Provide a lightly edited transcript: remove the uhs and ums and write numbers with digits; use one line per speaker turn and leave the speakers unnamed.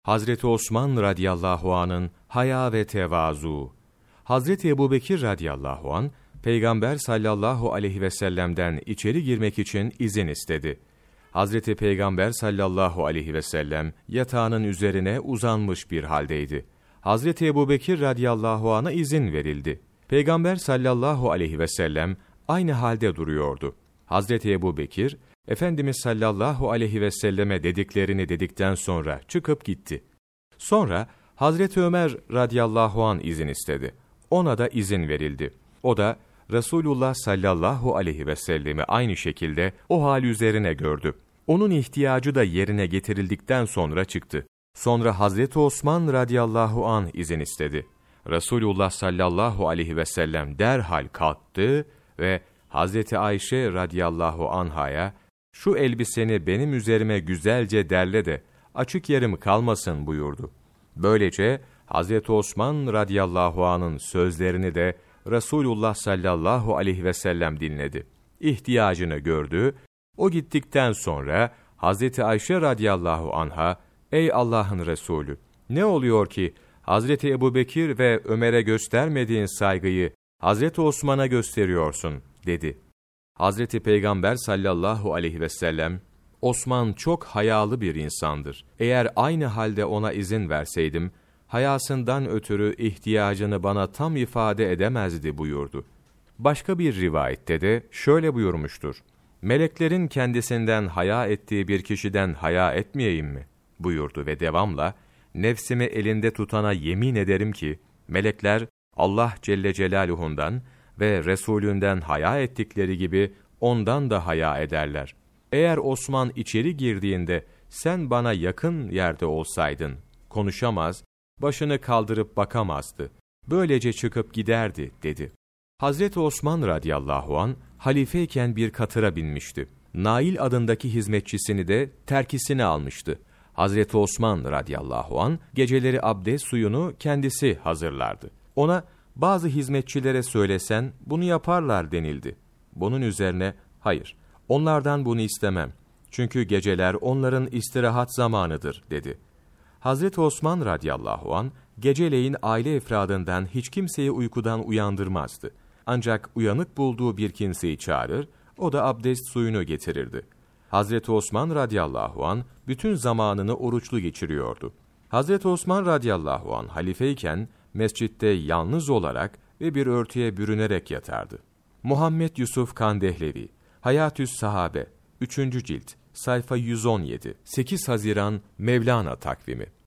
Hazreti Osman radıyallahu anh'ın haya ve tevazu. Hazreti Ebubekir radıyallahu anh, Peygamber sallallahu aleyhi ve sellem'den içeri girmek için izin istedi. Hazreti Peygamber sallallahu aleyhi ve sellem yatağının üzerine uzanmış bir haldeydi. Hazreti Ebubekir radıyallahu anh'a izin verildi. Peygamber sallallahu aleyhi ve sellem aynı halde duruyordu. Hazreti Ebubekir, Efendimiz sallallahu aleyhi ve selleme dediklerini dedikten sonra çıkıp gitti. Sonra Hazreti Ömer radıyallahu anh izin istedi. Ona da izin verildi. O da Resulullah sallallahu aleyhi ve sellemi aynı şekilde o hal üzerine gördü. Onun ihtiyacı da yerine getirildikten sonra çıktı. Sonra Hazreti Osman radıyallahu anh izin istedi. Resulullah sallallahu aleyhi ve sellem derhal kalktı ve Hazreti Ayşe radıyallahu anhaya, "Şu elbiseni benim üzerime güzelce derle de açık yerim kalmasın," buyurdu. Böylece Hazreti Osman radıyallahu anh'ın sözlerini de Resulullah sallallahu aleyhi ve sellem dinledi. İhtiyacını gördü. O gittikten sonra Hazreti Ayşe radıyallahu anha, "Ey Allah'ın Resulü, ne oluyor ki Hazreti Ebubekir ve Ömer'e göstermediğin saygıyı Hazreti Osman'a gösteriyorsun?" dedi. Hazreti Peygamber sallallahu aleyhi ve sellem, "Osman çok hayalı bir insandır. Eğer aynı halde ona izin verseydim, hayasından ötürü ihtiyacını bana tam ifade edemezdi," buyurdu. Başka bir rivayette de şöyle buyurmuştur: "Meleklerin kendisinden haya ettiği bir kişiden haya etmeyeyim mi?" buyurdu ve devamla, "Nefsimi elinde tutana yemin ederim ki, melekler Allah Celle Celaluhu'ndan ve Resulünden haya ettikleri gibi ondan da haya ederler. Eğer Osman içeri girdiğinde sen bana yakın yerde olsaydın, konuşamaz, başını kaldırıp bakamazdı. Böylece çıkıp giderdi," dedi. Hazreti Osman radıyallahu anh, halifeyken bir katıra binmişti. Nail adındaki hizmetçisini de terkisine almıştı. Hazreti Osman radıyallahu anh, geceleri abdest suyunu kendisi hazırlardı. Ona, "Bazı hizmetçilere söylesen bunu yaparlar," denildi. Bunun üzerine, "Hayır, onlardan bunu istemem. Çünkü geceler onların istirahat zamanıdır," dedi. Hazreti Osman radıyallahu anh, geceleyin aile efradından hiç kimseyi uykudan uyandırmazdı. Ancak uyanık bulduğu bir kimseyi çağırır, o da abdest suyunu getirirdi. Hazreti Osman radıyallahu anh, bütün zamanını oruçlu geçiriyordu. Hazreti Osman radıyallahu anh, halifeyken, mescitte yalnız olarak ve bir örtüye bürünerek yatardı. Muhammed Yusuf Kandehlevi, Hayatü's Sahabe, 3. cilt, sayfa 117, 8 Haziran Mevlana takvimi.